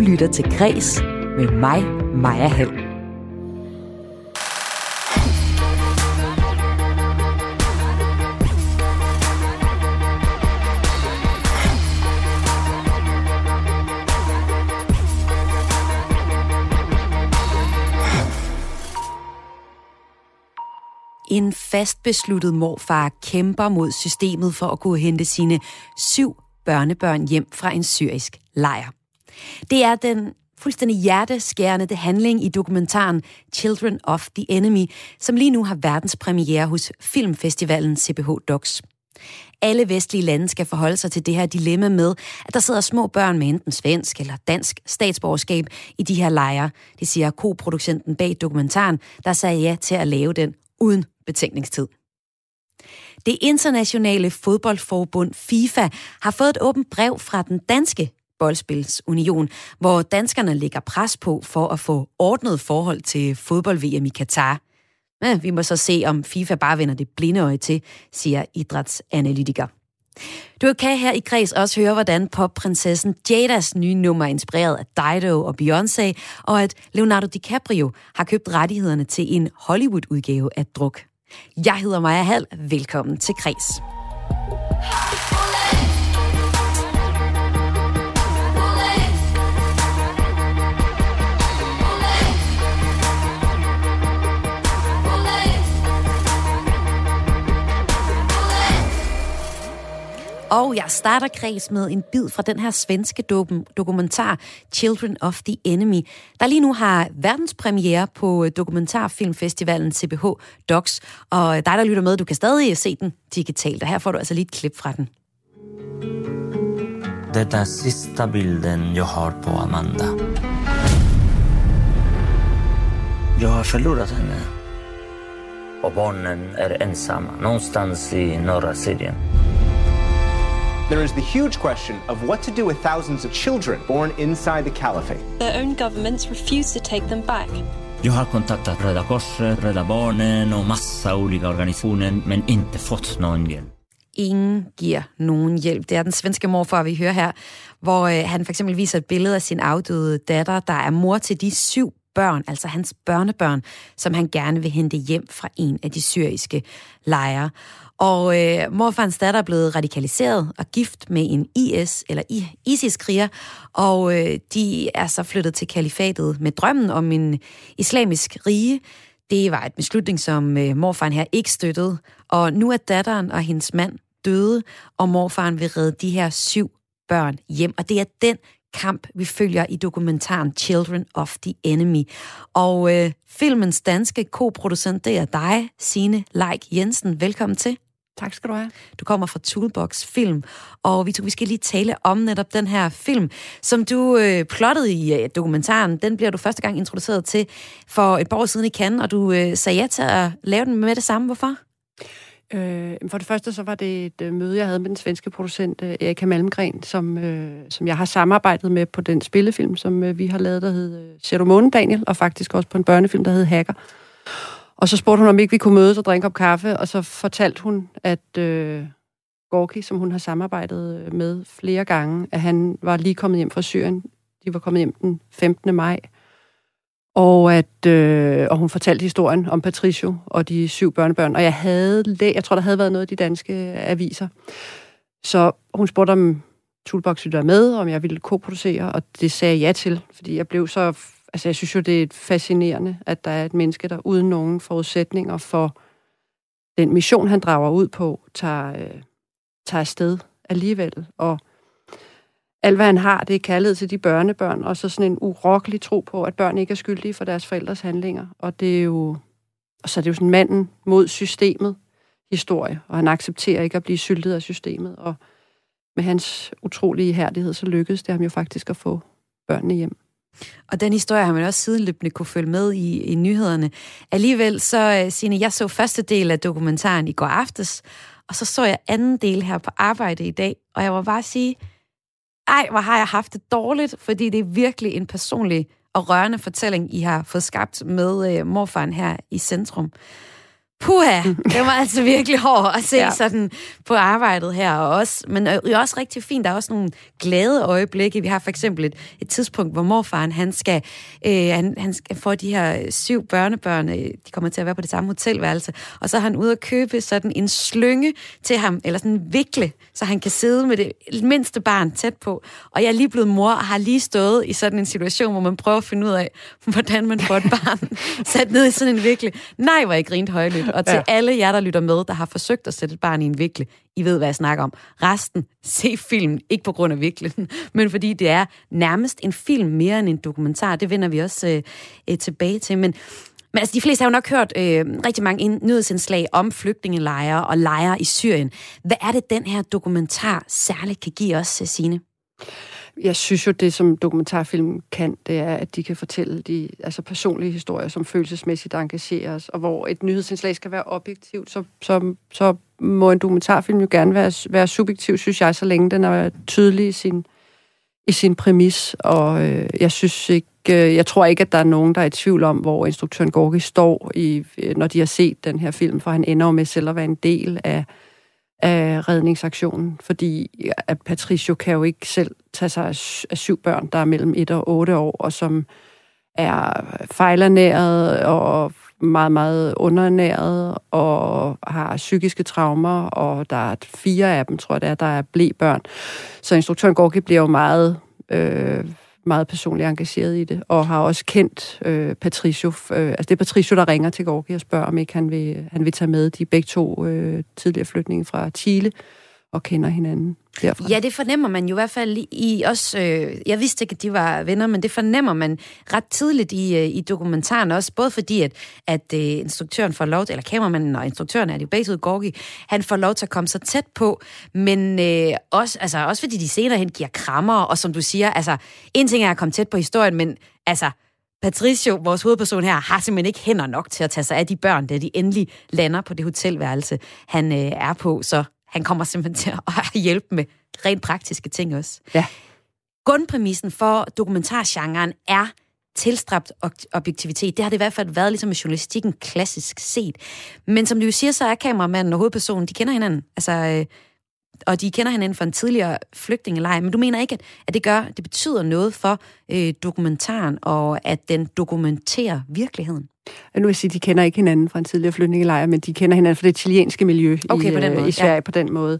lytter til Græs med mig, Maja Hall. En fastbesluttet morfar kæmper mod systemet for at kunne hente sine 7 børnebørn hjem fra en syrisk lejr. Det er den fuldstændig hjerteskærende handling i dokumentaren Children of the Enemy, som lige nu har verdenspremiere hos filmfestivalen CPH Docs. Alle vestlige lande skal forholde sig til det her dilemma med, at der sidder små børn med enten svensk eller dansk statsborgerskab i de her lejre. Det siger koproducenten bag dokumentaren, der sagde ja til at lave den uden betænkningstid. Det internationale fodboldforbund FIFA har fået et åbent brev fra den danske boldspilsunion, hvor danskerne lægger pres på for at få ordnet forhold til fodbold-VM i Katar. Men vi må så se, om FIFA bare vender det blinde øje til, siger idrætsanalytiker. Du kan her i Græs også høre, hvordan popprinsessen Jadas nye nummer er inspireret af Dido og Beyoncé, og at Leonardo DiCaprio har købt rettighederne til en Hollywood-udgave af Druk. Jeg hedder Maja Hall. Velkommen til Græs. Og jeg starter Græs med en bid fra den her svenske dokumentar Children of the Enemy, der lige nu har verdenspremiere på dokumentarfilmfestivalen CPH Docs. Og dig, der lytter med, du kan stadig se den digitalt, og her får du altså lige et klip fra den. Det är sista bilden jag har på Amanda. Jag har förlorat henne. Och barnen är ensamma någonstans i norra Syrien. There is the huge question of what to do with thousands of children born inside the caliphate. Their own governments refuse to take them back. Jag har kontaktat Röda Korset, Rädda Barnen och massa olika organisationer, men inte fått någon hjälp. Ingen giver nogen hjælp. Det er den svenske morfar, vi hører her, hvor han for eksempel viser et billede af sin afdøde datter, der er mor til de 7 børn, altså hans børnebørn, som han gerne vil hente hjem fra en af de syriske lejre. Og morfarens datter er blevet radikaliseret og gift med en ISIS-kriger, og de er så flyttet til kalifatet med drømmen om en islamisk rige. Det var et beslutning, som morfaren her ikke støttede, og nu er datteren og hendes mand døde, og morfaren vil redde de her 7 børn hjem, og det er den kamp, vi følger i dokumentaren Children of the Enemy. Og filmens danske koproducent, det er dig, Signe Leik Jensen. Velkommen til. Tak skal du have. Du kommer fra Toolbox Film, og vi skal lige tale om netop den her film, som du plottede i dokumentaren. Den bliver du første gang introduceret til for et par år siden i Cannes, og du sagde ja til at lave den med det samme. Hvorfor? For det første så var det et møde, jeg havde med den svenske producent Erika Malmgren, som jeg har samarbejdet med på den spillefilm, som vi har lavet, der hed Ser du månen, Daniel? Og faktisk også på en børnefilm, der hed Hacker. Og så spurgte hun, om ikke vi kunne mødes og drikke op kaffe, og så fortalte hun, at Gorki, som hun har samarbejdet med flere gange, at han var lige kommet hjem fra Syrien. De var kommet hjem den 15. maj. Og hun fortalte historien om Patricio og de 7 børnebørn. Og jeg tror, der havde været noget i de danske aviser. Så hun spurgte, om Toolbox ville være med, om jeg ville koproducere, og det sagde jeg ja til, fordi jeg blev så... Altså, jeg synes jo, det er fascinerende, at der er et menneske, der uden nogen forudsætninger for den mission, han drager ud på, tager afsted alligevel. Og alt, hvad han har, det er kærlighed til de børnebørn, og så sådan en urokkelig tro på, at børn ikke er skyldige for deres forældres handlinger. Og det er jo, og så er det jo sådan manden mod systemet historie, og han accepterer ikke at blive syltet af systemet. Og med hans utrolige ihærdighed, så lykkedes det ham jo faktisk at få børnene hjem. Og den historie har man også sideløbende kunne følge med i nyhederne. Alligevel så, Signe, jeg så første del af dokumentaren i går aftes, og så jeg anden del her på arbejde i dag, og jeg må bare sige, hvor har jeg haft det dårligt, fordi det er virkelig en personlig og rørende fortælling, I har fået skabt med morfaren her i centrum. Puha, det var altså virkelig hårdt at se sådan på arbejdet her. Og også, men også rigtig fint, der er også nogle glade øjeblikke. Vi har for eksempel et tidspunkt, hvor morfaren, han skal få de her 7 børnebørn, de kommer til at være på det samme hotelværelse, og så er han ude at købe sådan en slynge til ham, eller sådan en vikle, så han kan sidde med det mindste barn tæt på. Og jeg er lige blevet mor, og har lige stået i sådan en situation, hvor man prøver at finde ud af, hvordan man får et barn sat ned i sådan en vikle. Nej, hvor jeg grinte højlydt. Og til alle jer, der lytter med, der har forsøgt at sætte et barn i en vikle, I ved, hvad jeg snakker om. Resten, se filmen, ikke på grund af viklen, men fordi det er nærmest en film mere end en dokumentar. Det vender vi også tilbage til. Men altså, de fleste har jo nok hørt rigtig mange nyhedsindslag om flygtningelejre og lejre i Syrien. Hvad er det, den her dokumentar særligt kan give os, Signe? Jeg synes jo, det som dokumentarfilm kan, det er, at de kan fortælle de personlige historier, som følelsesmæssigt engagerer os, og hvor et nyhedsindslag skal være objektivt, så må en dokumentarfilm jo gerne være subjektiv, synes jeg, så længe den er tydelig i sin præmis, og jeg tror ikke, at der er nogen, der er i tvivl om, hvor instruktøren Gorgi står, når de har set den her film, for han ender med selv at være en del af redningsaktionen, fordi at Patricio kan jo ikke selv tage sig af 7 børn, der er mellem 1 og 8 år, og som er fejlernæret og meget, meget underernæret, og har psykiske traumer, og der er 4 af dem, tror jeg, der er blæbørn. Så instruktøren Gorgi bliver jo meget personligt engageret i det, og har også kendt Patricio. Det er Patricio, der ringer til Gorgi og spørger, om ikke han vil tage med. De er begge 2 tidligere flygtninge fra Chile, og kender hinanden derfra. Ja, det fornemmer man jo i hvert fald i også. Jeg vidste ikke, at de var venner, men det fornemmer man ret tidligt i dokumentaren også, både fordi, at instruktøren får lov til, eller kameramanden og instruktøren er det jo begge ud, Gorgi, han får lov til at komme så tæt på, men også fordi de senere hen giver krammer, og som du siger, en ting er at komme tæt på historien, men Patricio, vores hovedperson her, har simpelthen ikke hænder nok til at tage sig af de børn, da de endelig lander på det hotelværelse, han er på, så han kommer simpelthen til at hjælpe med rent praktiske ting også. Ja. Grundpræmissen for dokumentargenren er tilstræbt objektivitet. Det har det i hvert fald været ligesom med journalistikken klassisk set. Men som du jo siger, så er kameramanden og hovedpersonen, de kender hinanden. Og de kender hinanden fra en tidligere flygtningelejr. Men du mener ikke, at det betyder noget for dokumentaren, og at den dokumenterer virkeligheden? Nu vil jeg sige, at de kender ikke hinanden fra en tidligere flygtningelejr, men de kender hinanden fra det chilenske miljø i Sverige på den måde.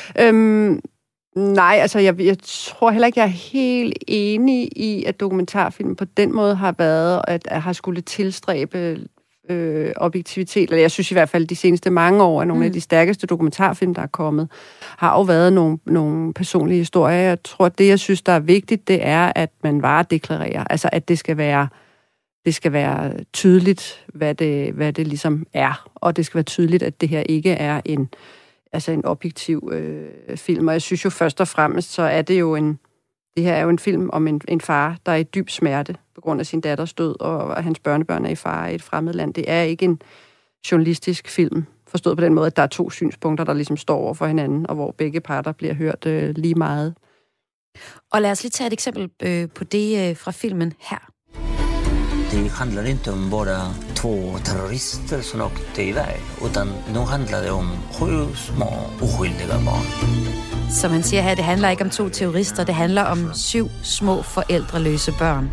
Nej, jeg tror heller ikke, jeg er helt enig i, at dokumentarfilmen på den måde har været, at har skulle tilstræbe objektivitet. Eller jeg synes i hvert fald, de seneste mange år, at nogle af de stærkeste dokumentarfilm, der er kommet, har jo været nogle personlige historier. Jeg tror, at det, jeg synes, der er vigtigt, det er, at man varedeklarerer. Altså, at det skal være tydeligt, hvad det ligesom er. Og det skal være tydeligt, at det her ikke er en objektiv film. Og jeg synes jo først og fremmest, så er det jo det her er jo en film om en far, der er i dyb smerte på grund af sin datters død, og hans børnebørn er i fare i et fremmed land. Det er ikke en journalistisk film, forstået på den måde, at der er 2 synspunkter, der ligesom står over for hinanden, og hvor begge parter bliver hørt lige meget. Og lad os lige tage et eksempel på det fra filmen her. Det handlar inte om bara 2 terrorister som åkte iväg, utan nu handlar det om 7 små oskyldiga barn. Som han siger her, det handler ikke om 2 terrorister, det handler om 7 små forældreløse børn.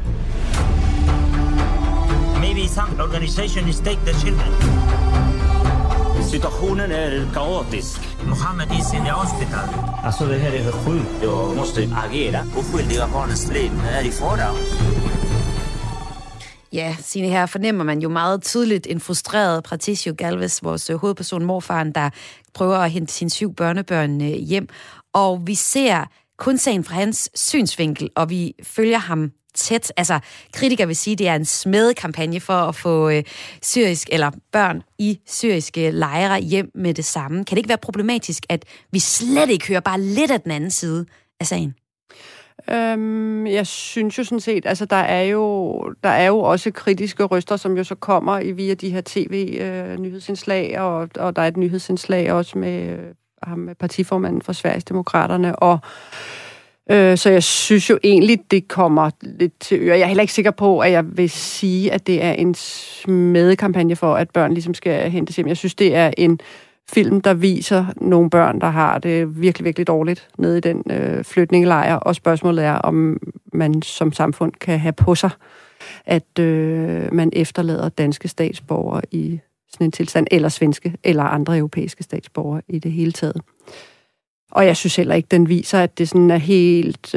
Maybe some organization is take the children. Situationen är kaotisk. Mohammed is in the hospital. Alltså det här är sjukt. Jag måste agera. Oskyldiga barnens liv är i fara. Ja, Signe, her fornemmer man jo meget tydeligt en frustreret Patricio Galvez, vores hovedperson, morfaren, der prøver at hente sine 7 børnebørn hjem. Og vi ser kun sagen fra hans synsvinkel, og vi følger ham tæt. Kritikere vil sige, at det er en smedekampagne for at få børn i syriske lejre hjem med det samme. Kan det ikke være problematisk, at vi slet ikke hører bare lidt af den anden side af sagen? Jeg synes jo sådan set, der er jo også kritiske røster, som jo så kommer via de her tv-nyhedsindslag, og der er et nyhedsindslag også med partiformanden for Sverigesdemokraterne, og Så jeg synes jo egentlig, det kommer lidt til øre. Jeg er heller ikke sikker på, at jeg vil sige, at det er en smedekampagne for, at børn ligesom skal hentes hjem. Jeg synes, det er en film, der viser nogle børn, der har det virkelig, virkelig dårligt nede i den flytningelejr. Og spørgsmålet er, om man som samfund kan have på sig, at man efterlader danske statsborgere i sådan en tilstand, eller svenske, eller andre europæiske statsborgere i det hele taget. Og jeg synes heller ikke, den viser, at det sådan er helt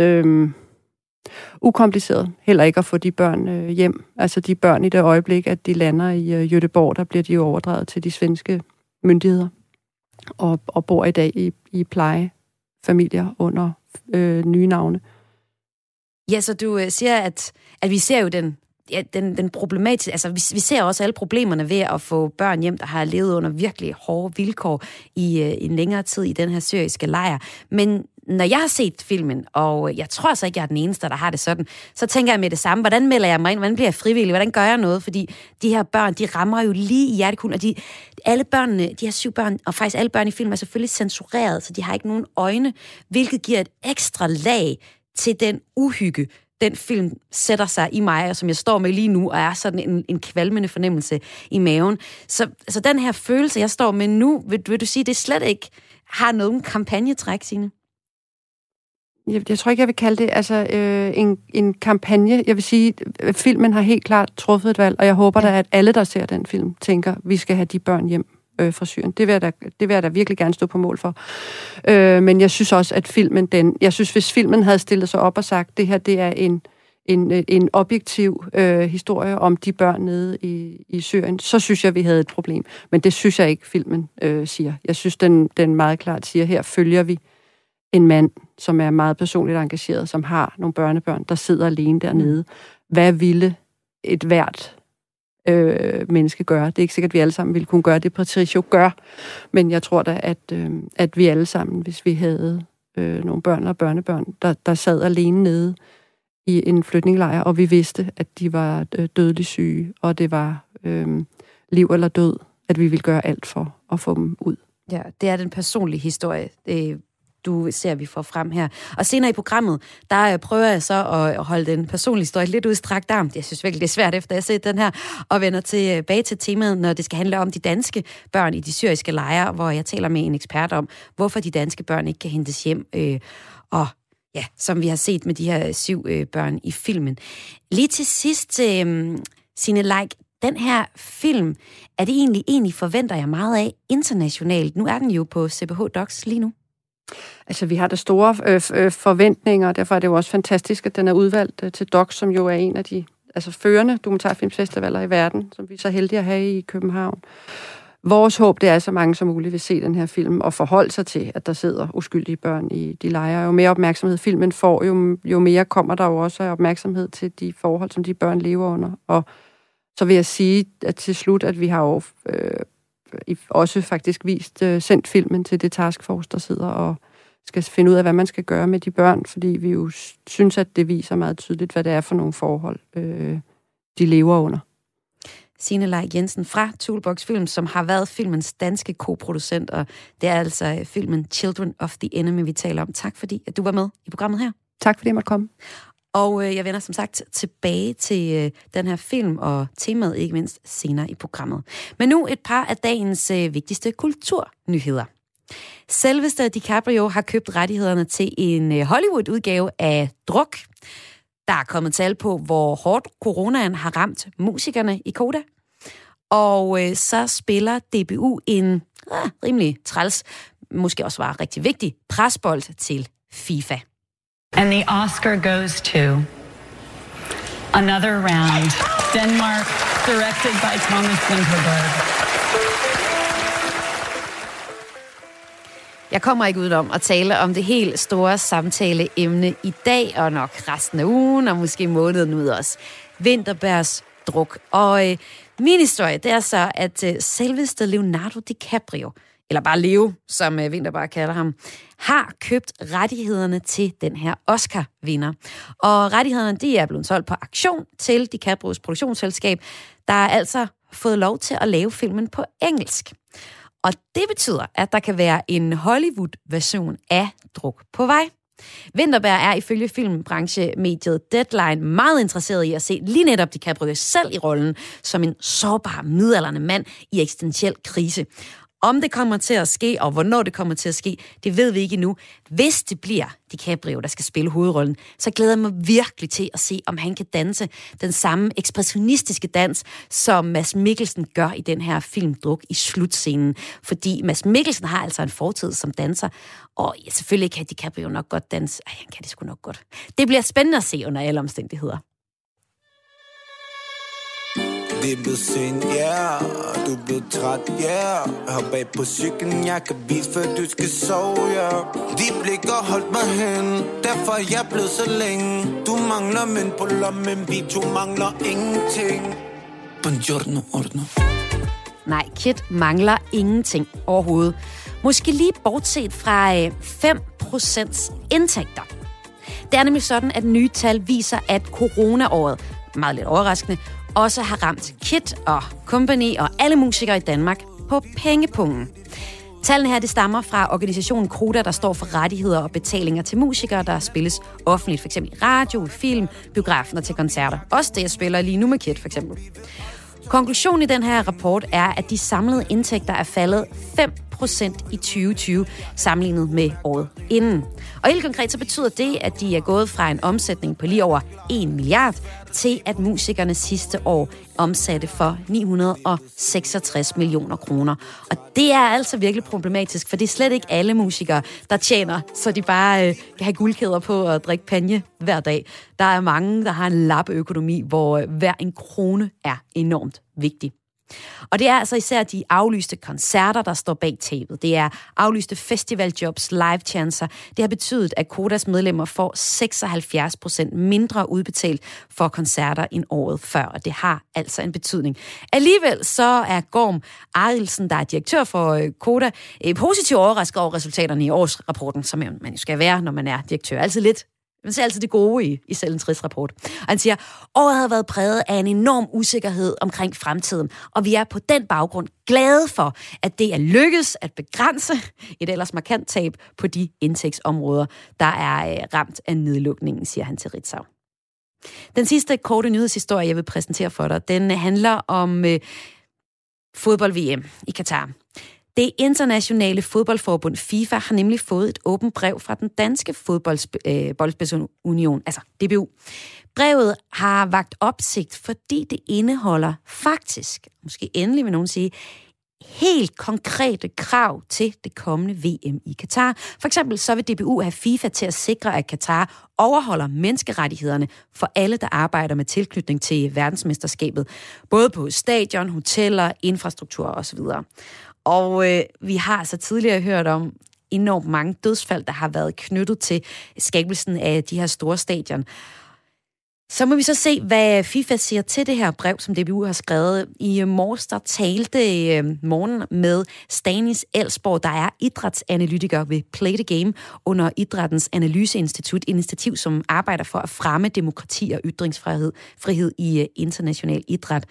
ukompliceret. Heller ikke at få de børn hjem. Altså de børn i det øjeblik, at de lander i Göteborg, der bliver de overdraget til de svenske myndigheder. Og bor i dag i plejefamilier under nye navne. Ja, så du siger, at vi ser jo den problematiske... Altså, vi ser også alle problemerne ved at få børn hjem, der har levet under virkelig hårde vilkår i en længere tid i den her syriske lejr. Men når jeg har set filmen, og jeg tror så ikke, jeg er den eneste, der har det sådan, så tænker jeg med det samme. Hvordan melder jeg mig ind? Hvordan bliver jeg frivillig? Hvordan gør jeg noget? Fordi de her børn, de rammer jo lige i hjertekulen, og alle børnene, de her 7 børn, og faktisk alle børn i filmen er selvfølgelig censureret, så de har ikke nogen øjne, hvilket giver et ekstra lag til den uhygge, den film sætter sig i mig, og som jeg står med lige nu, og er sådan en kvalmende fornemmelse i maven. Så den her følelse, jeg står med nu, vil du sige, det slet ikke har nogen kampagnetræk, Signe? Jeg tror ikke, jeg vil kalde det en kampagne. Jeg vil sige, at filmen har helt klart truffet et valg, og jeg håber da, at alle, der ser den film, tænker, vi skal have de børn hjem fra Syrien. Det vil jeg da virkelig gerne stå på mål for. Men jeg synes også, at hvis filmen havde stillet sig op og sagt, det her, det er en objektiv historie om de børn nede i Syrien, så synes jeg, vi havde et problem. Men det synes jeg ikke, filmen siger. Jeg synes, den meget klart siger, her følger vi en mand, som er meget personligt engageret, som har nogle børnebørn, der sidder alene dernede. Hvad ville et hvert menneske gøre? Det er ikke sikkert, at vi alle sammen ville kunne gøre det, Patricio gør, men jeg tror da, at vi alle sammen, hvis vi havde nogle børn og børnebørn, der sad alene nede i en flytningelejr, og vi vidste, at de var dødeligt syge, og det var liv eller død, at vi ville gøre alt for at få dem ud. Ja, det er den personlige historie, du ser, vi får frem her. Og senere i programmet, der prøver jeg så at holde den personlige historie lidt udstrakt arm. Jeg synes virkelig, det er svært, efter jeg har set den her, og vender tilbage til temaet, når det skal handle om de danske børn i de syriske lejre, hvor jeg taler med en ekspert om, hvorfor de danske børn ikke kan hentes hjem, og ja, som vi har set med de her 7 børn i filmen. Lige til sidst, Signe Leik, den her film, er det egentlig forventer jeg meget af internationalt. Nu er den jo på CPH Docs lige nu. Altså, vi har da store forventninger, og derfor er det jo også fantastisk, at den er udvalgt til Docs, som jo er en af de førende dokumentarfilmsfestivaler i verden, som vi er så heldige at have i København. Vores håb, det er, at så mange som muligt vil se den her film og forholde sig til, at der sidder uskyldige børn i de lejre. Jo mere opmærksomhed filmen får, jo mere kommer der jo også opmærksomhed til de forhold, som de børn lever under. Og så vil jeg sige at til slut, at vi har jo også faktisk sendt filmen til det taskforce, der sidder og skal finde ud af, hvad man skal gøre med de børn, fordi vi jo synes, at det viser meget tydeligt, hvad det er for nogle forhold, de lever under. Signe Leik Jensen fra Toolbox Film, som har været filmens danske koproducent, og det er altså filmen Children of the Enemy, vi taler om. Tak fordi, at du var med i programmet her. Tak fordi jeg måtte komme. Og jeg vender som sagt tilbage til den her film og temaet ikke mindst senere i programmet. Men nu et par af dagens vigtigste kulturnyheder. Selveste DiCaprio har købt rettighederne til en Hollywood-udgave af Druk. Der er kommet tal på, hvor hårdt coronaen har ramt musikerne i Coda. Og så spiller DBU en rimelig træls, måske også var rigtig vigtig, presbold til FIFA. And the Oscar goes to Another Round, Denmark, directed by Thomas Vinterberg. Jeg kommer ikke udenom at tale om det helt store samtaleemne i dag, og nok resten af ugen, og måske måneden ud også. Vinterbergs Druk. Og min historie, det er så, at selveste Leonardo DiCaprio, eller bare Leo, som Vinterberg kalder ham, har købt rettighederne til den her Oscar-vinder. Og rettighederne, de er blevet solgt på auktion til DiCaprios produktionsselskab, der har altså fået lov til at lave filmen på engelsk. Og det betyder, at der kan være en Hollywood-version af Druk på vej. Vinterberg er ifølge filmbranchemediet Deadline meget interesseret i at se lige netop DiCaprio selv i rollen som en sårbar, midaldrende mand i eksistentiel krise. Om det kommer til at ske, og hvornår det kommer til at ske, det ved vi ikke endnu. Hvis det bliver DiCaprio, der skal spille hovedrollen, så glæder jeg mig virkelig til at se, om han kan danse den samme ekspressionistiske dans, som Mads Mikkelsen gør i den her film Druk i slutscenen. Fordi Mads Mikkelsen har altså en fortid som danser, og selvfølgelig kan DiCaprio nok godt danse. Han kan det sgu nok godt. Det bliver spændende at se under alle omstændigheder. Det er blevet sent, yeah. Du er blevet træt, yeah. Hop af på cyklen, jeg kan vise, før du skal sove, yeah. De blikker holdt mig hen, derfor er jeg blevet så længe. Du mangler mænd på lommen, vi to mangler ingenting. Buongiorno, ordno. Nej, Kit mangler ingenting overhovedet. Måske lige bortset fra 5% indtægter. Det er nemlig sådan, at nye tal viser, at coronaåret, meget lidt overraskende, også har ramt Kit og Company og alle musikere i Danmark på pengepungen. Tallene her, det stammer fra organisationen Koda, der står for rettigheder og betalinger til musikere, der spilles offentligt, f.eks. i radio, film, biografen og til koncerter. Også det, jeg spiller lige nu med Kit, f.eks. Konklusionen i den her rapport er, at de samlede indtægter er faldet 5% i 2020, sammenlignet med året inden. Og helt konkret så betyder det, at de er gået fra en omsætning på lige over 1 milliard, til at musikerne sidste år omsatte for 966 millioner kroner. Og det er altså virkelig problematisk, for det er slet ikke alle musikere, der tjener, så de bare kan have guldkæder på og drikke panje hver dag. Der er mange, der har en lappeøkonomi, hvor hver en krone er enormt vigtig. Og det er altså især de aflyste koncerter, der står bag tabet. Det er aflyste festivaljobs, live-chancer. Det har betydet, at Kodas medlemmer får 76% mindre udbetalt for koncerter end året før, og det har altså en betydning. Alligevel så er Gorm Arilsen, der er direktør for Koda, positivt overrasket over resultaterne i årsrapporten, som man jo skal være, når man er direktør. Altså lidt. Man ser altid det gode i selv en trist rapport. Og han siger, året har været præget af en enorm usikkerhed omkring fremtiden, og vi er på den baggrund glade for, at det er lykkedes at begrænse et ellers markant tab på de indtægtsområder, der er ramt af nedlukningen, siger han til Ritzau. Den sidste korte nyhedshistorie, jeg vil præsentere for dig, den handler om fodbold-VM i Katar. Det internationale fodboldforbund FIFA har nemlig fået et åbent brev fra den danske fodboldspecialunion, altså DBU. Brevet har vakt opsigt, fordi det indeholder faktisk, måske endelig vil nogen sige, helt konkrete krav til det kommende VM i Katar. For eksempel så vil DBU have FIFA til at sikre, at Katar overholder menneskerettighederne for alle, der arbejder med tilknytning til verdensmesterskabet, både på stadion, hoteller, infrastruktur osv. Og vi har altså tidligere hørt om enormt mange dødsfald, der har været knyttet til skabelsen af de her store stadion. Så må vi så se, hvad FIFA siger til det her brev, som DBU har skrevet. I morges, der talte morgen med Stanis Elsborg, der er idrætsanalytiker ved Play the Game under Idrættens Analyseinstitut, initiativ, som arbejder for at fremme demokrati og ytringsfrihed i international idræt.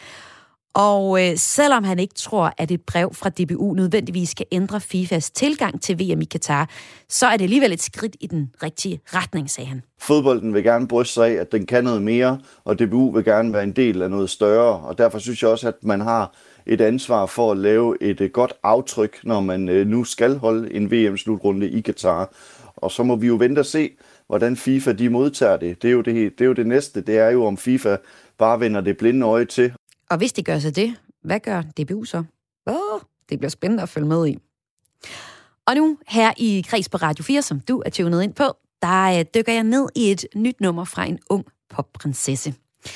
Og selvom han ikke tror, at et brev fra DBU nødvendigvis skal ændre FIFAs tilgang til VM i Katar, så er det alligevel et skridt i den rigtige retning, sagde han. Fodbolden vil gerne bryste sig af, at den kan noget mere, og DBU vil gerne være en del af noget større. Og derfor synes jeg også, at man har et ansvar for at lave et godt aftryk, når man nu skal holde en VM-slutrunde i Katar. Og så må vi jo vente og se, hvordan FIFA de modtager det. Det er jo det næste. Det er jo, om FIFA bare vender det blinde øje til. Og hvis de gør sig det, hvad gør DBU så? Det bliver spændende at følge med i. Og nu her i Kreds på Radio 4, som du er tunet ind på, der dykker jeg ned i et nyt nummer fra en ung popprinsesse.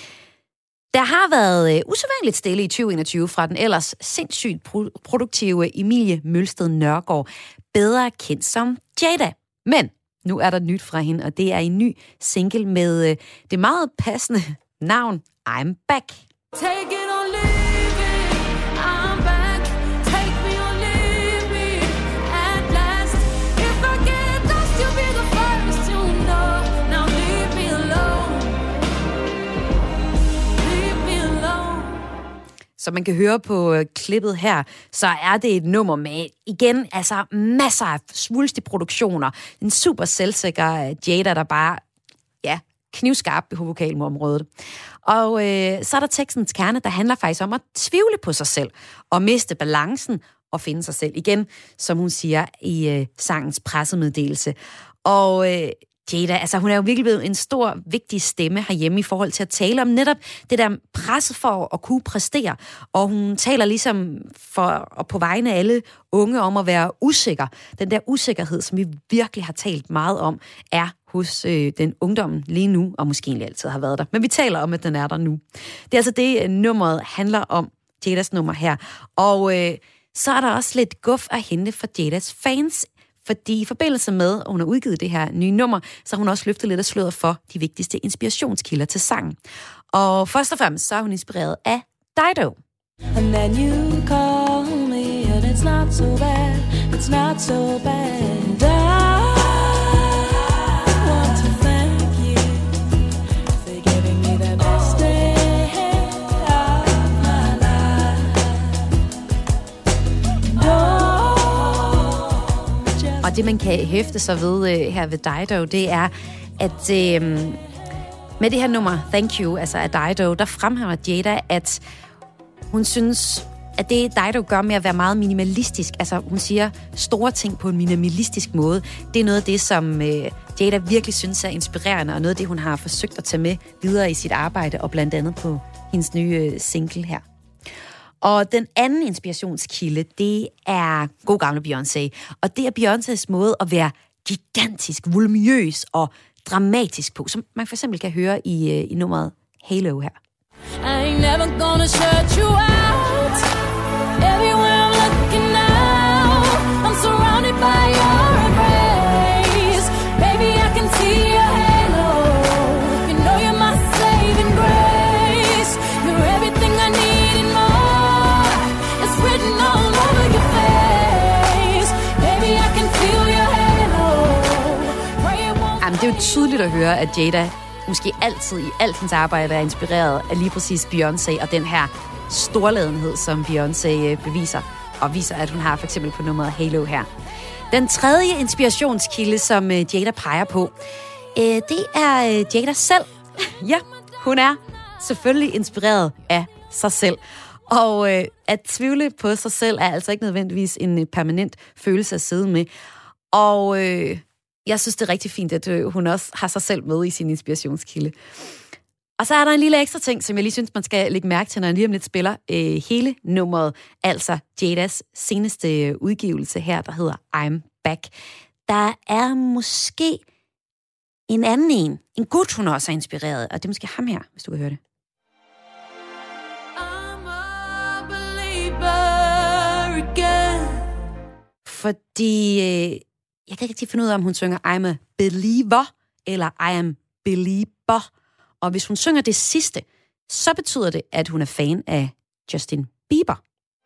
Der har været usædvanligt stille i 2021 fra den ellers sindssygt produktive Emilie Mølsted Nørgaard, bedre kendt som Jada. Men nu er der nyt fra hende, og det er en ny single med det meget passende navn I'm Back. Take it or leave it, I'm back. Take me or leave me at last. If I get lost, you'll be the first to know. Now leave me alone. Leave me alone. som man kan høre på klippet her, så er det et nummer med, igen, altså masser af svulstige produktioner. En super selvsikker Jada, der bare, ja, knivskarp på vokalområdet. Og så er der tekstens kerne, der handler faktisk om at tvivle på sig selv, og miste balancen, og finde sig selv igen, som hun siger i sangens pressemeddelelse. Og Jada, altså hun er jo virkelig blevet en stor, vigtig stemme herhjemme i forhold til at tale om netop det der presset for at kunne præstere. Og hun taler ligesom og på vegne af alle unge om at være usikker. Den der usikkerhed, som vi virkelig har talt meget om, er hos den ungdommen lige nu, og måske egentlig altid har været der. Men vi taler om, at den er der nu. Det er altså det, nummeret handler om, Jadas nummer her. Og så er der også lidt guf at hente for Jadas fans, fordi i forbindelse med, at hun har udgivet det her nye nummer, så har hun også løftet lidt af sløret for de vigtigste inspirationskilder til sangen. Og først og fremmest, så er hun inspireret af Dido. And then you call me and it's not so bad, it's not so bad. I want to thank you for giving me the best day of my life. Og det, man kan hæfte sig ved her ved Dido, det er, at med det her nummer, Thank You, altså af Dido, der fremhæver Jada, at hun synes, at det Dido gør med at være meget minimalistisk, altså hun siger store ting på en minimalistisk måde, det er noget af det, som Jada virkelig synes er inspirerende, og noget af det, hun har forsøgt at tage med videre i sit arbejde, og blandt andet på hendes nye single her. Og den anden inspirationskilde, det er god gamle Beyoncé. Og det er Beyoncés måde at være gigantisk, voluminøs og dramatisk på, som man for eksempel kan høre i nummeret Halo her. I ain't never gonna shut you out. Everywhere I'm looking now, I'm surrounded by your embrace. Baby, I can see your halo. You know you're my saving grace. You're everything I need and more. It's written all over your face. Baby, I can feel your halo. Jamen, det er jo tydeligt at høre, at Jada måske altid i alt hendes arbejde er inspireret af lige præcis Beyoncé og den her storladenhed, som Beyoncé beviser, og viser, at hun har for eksempel på nummeret Halo her. Den tredje inspirationskilde, som Jada peger på, det er Jada selv. Ja, hun er selvfølgelig inspireret af sig selv. Og at tvivle på sig selv er altså ikke nødvendigvis en permanent følelse at sidde med. Og jeg synes, det er rigtig fint, at hun også har sig selv med i sin inspirationskilde. Og så er der en lille ekstra ting, som jeg lige synes, man skal lægge mærke til, når jeg lige om lidt spiller hele nummeret, altså Jadas seneste udgivelse her, der hedder I'm Back. Der er måske en anden en gut, hun også er inspireret, og det er måske ham her, hvis du kan høre det. I'm a believer again. Fordi jeg kan ikke rigtig finde ud af, om hun synger I'm a believer, eller I am belieber. Og hvis hun synger det sidste, så betyder det, at hun er fan af Justin Bieber.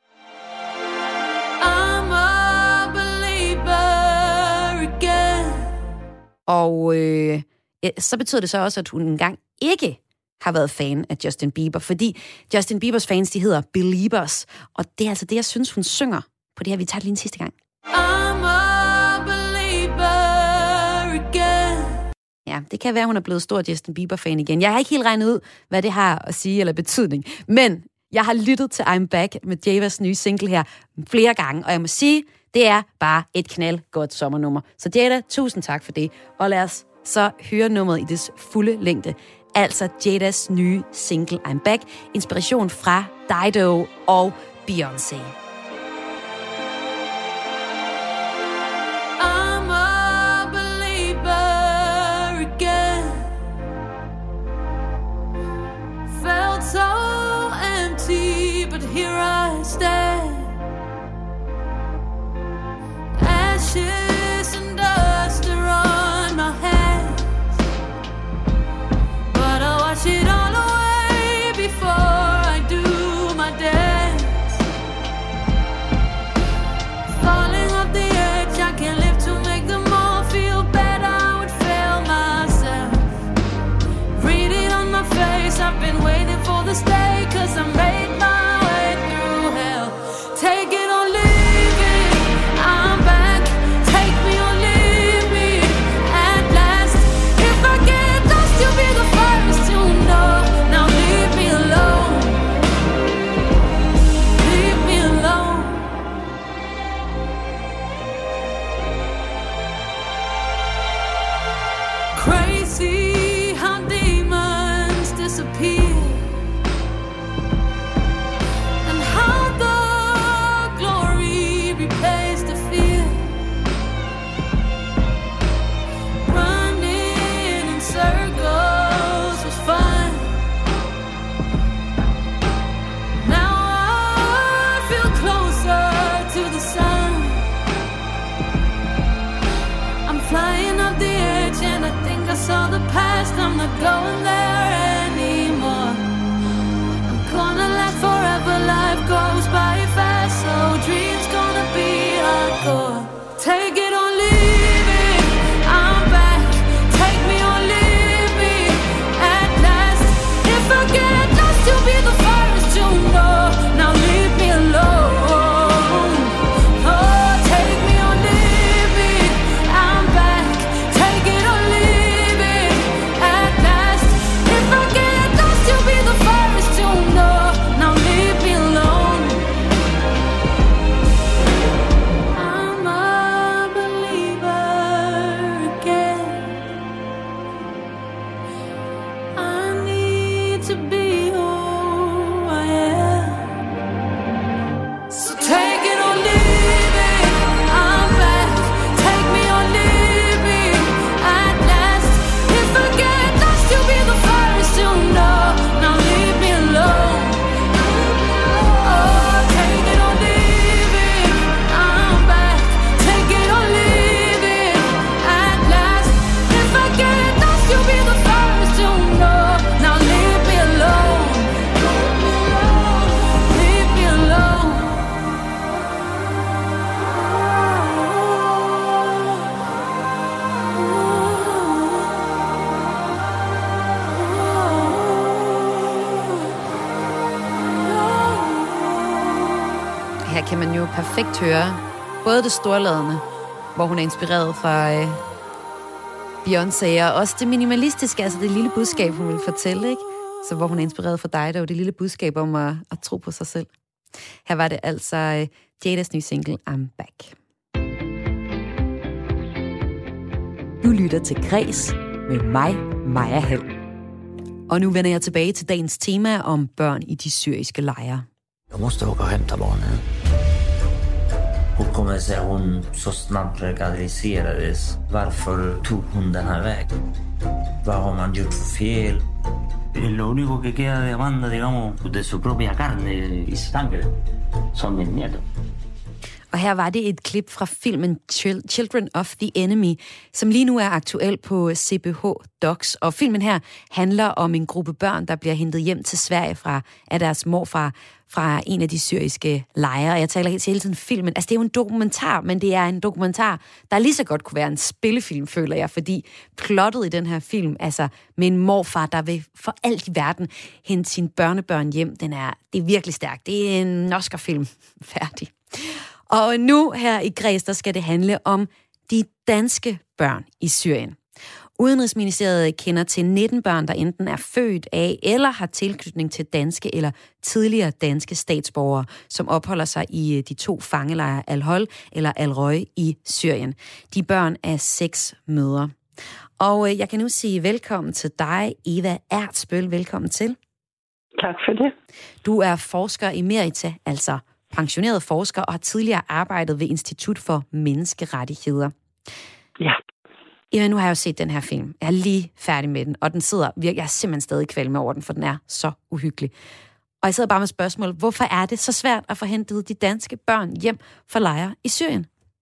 I'm a believer again. Og så betyder det så også, at hun engang ikke har været fan af Justin Bieber, fordi Justin Biebers fans, de hedder Beliebers. Og det er altså det, jeg synes, hun synger på det her. Vi tager det lige en sidste gang. I'm a believer again. Ja, det kan være, hun er blevet stor Justin Bieber-fan igen. Jeg har ikke helt regnet ud, hvad det har at sige eller betydning. Men jeg har lyttet til I'm Back med Jadas nye single her flere gange. Og jeg må sige, det er bare et knaldgodt sommernummer. Så Jada, tusind tak for det. Og lad os så høre nummeret i dets fulde længde. Altså Jadas nye single I'm Back. Inspiration fra Dido og Beyoncé. I'm a believer again. Felt so empty, but here I stand. Ashes and dust are on my hands, but I'll wash it all away before I do my dance. Falling off the edge, I can't live to make them all feel bad. I would fail myself. Read it on my face, I've been waiting for this day, 'cause I made my way disappear. And how the glory replaced the fear. Running in circles was fun. Now I feel closer to the sun. I'm flying up the edge and I think I saw the past. I'm not going there anymore. I'm gonna last forever. Life goes by fast, so dreams gonna be hardcore. Take it or leave it, I'm back. Take me or leave me at last. If I get lost, you'll be the first to know. Now leave me alone. Oh, take me or leave me, I'm back. Take it or leave it at last. If I get lost, you'll be the first to know. Now leave me alone. I'm a believer again. I need to be who I am. So take it or leave it, I'm back. Take me or leave me at last. If I get lost, you'll be the first to know. Now leave me alone. Oh, take it or leave it, I'm back. Take it or leave it at last. If I get lost, you'll be the first to know. Now leave me alone. Leave me alone. Her kan man jo perfekt høre både det storladende, hvor hun er inspireret fra Beyoncé, og også det minimalistiske, altså det lille budskab, hun vil fortælle, ikke? Så hvor hun er inspireret fra dig, der er jo det lille budskab om at tro på sig selv. Her var det altså Jadas nye single, I'm Back. Du lytter til Græs med mig, Maja Hall. Og nu vender jeg tilbage til dagens tema om børn i de syriske lejre. Jag måste åka och hämta barnen. Hur kommer det sig att hon så snabbt radikaliserades? Varför tog hon den här vägen? Vad har man gjort för fel? Lo único que queda de Amanda, digamos, de su propia carne y sangre, son mis nietos. Og her var det et klip fra filmen Children of the Enemy, som lige nu er aktuel på CBH Docs. Og filmen her handler om en gruppe børn, der bliver hentet hjem til Sverige af deres morfar fra en af de syriske lejre. Og jeg taler hele tiden filmen. Altså, det er jo en dokumentar, men det er en dokumentar, der lige så godt kunne være en spillefilm, føler jeg, fordi plottet i den her film, altså med en morfar, der vil for alt i verden hente sine børnebørn hjem, det er virkelig stærkt. Det er en Oscar-film. Færdig. Og nu her i Græs, der skal det handle om de danske børn i Syrien. Udenrigsministeriet kender til 19 børn, der enten er født af eller har tilknytning til danske eller tidligere danske statsborgere, som opholder sig i de 2 fangelejre Al-Hol eller Al-Roj i Syrien. De børn er 6 mødre. Og jeg kan nu sige velkommen til dig, Eva Ertsbøl. Velkommen til. Tak for det. Du er forsker emerita, altså pensioneret forsker, og har tidligere arbejdet ved Institut for Menneskerettigheder. Ja. Eva, nu har jeg jo set den her film. Jeg er lige færdig med den, og den sidder virkelig, jeg er simpelthen stadig kvalme over den, for den er så uhyggelig. Og jeg sidder bare med spørgsmål, hvorfor er det så svært at få hentet de danske børn hjem fra lejre i Syrien?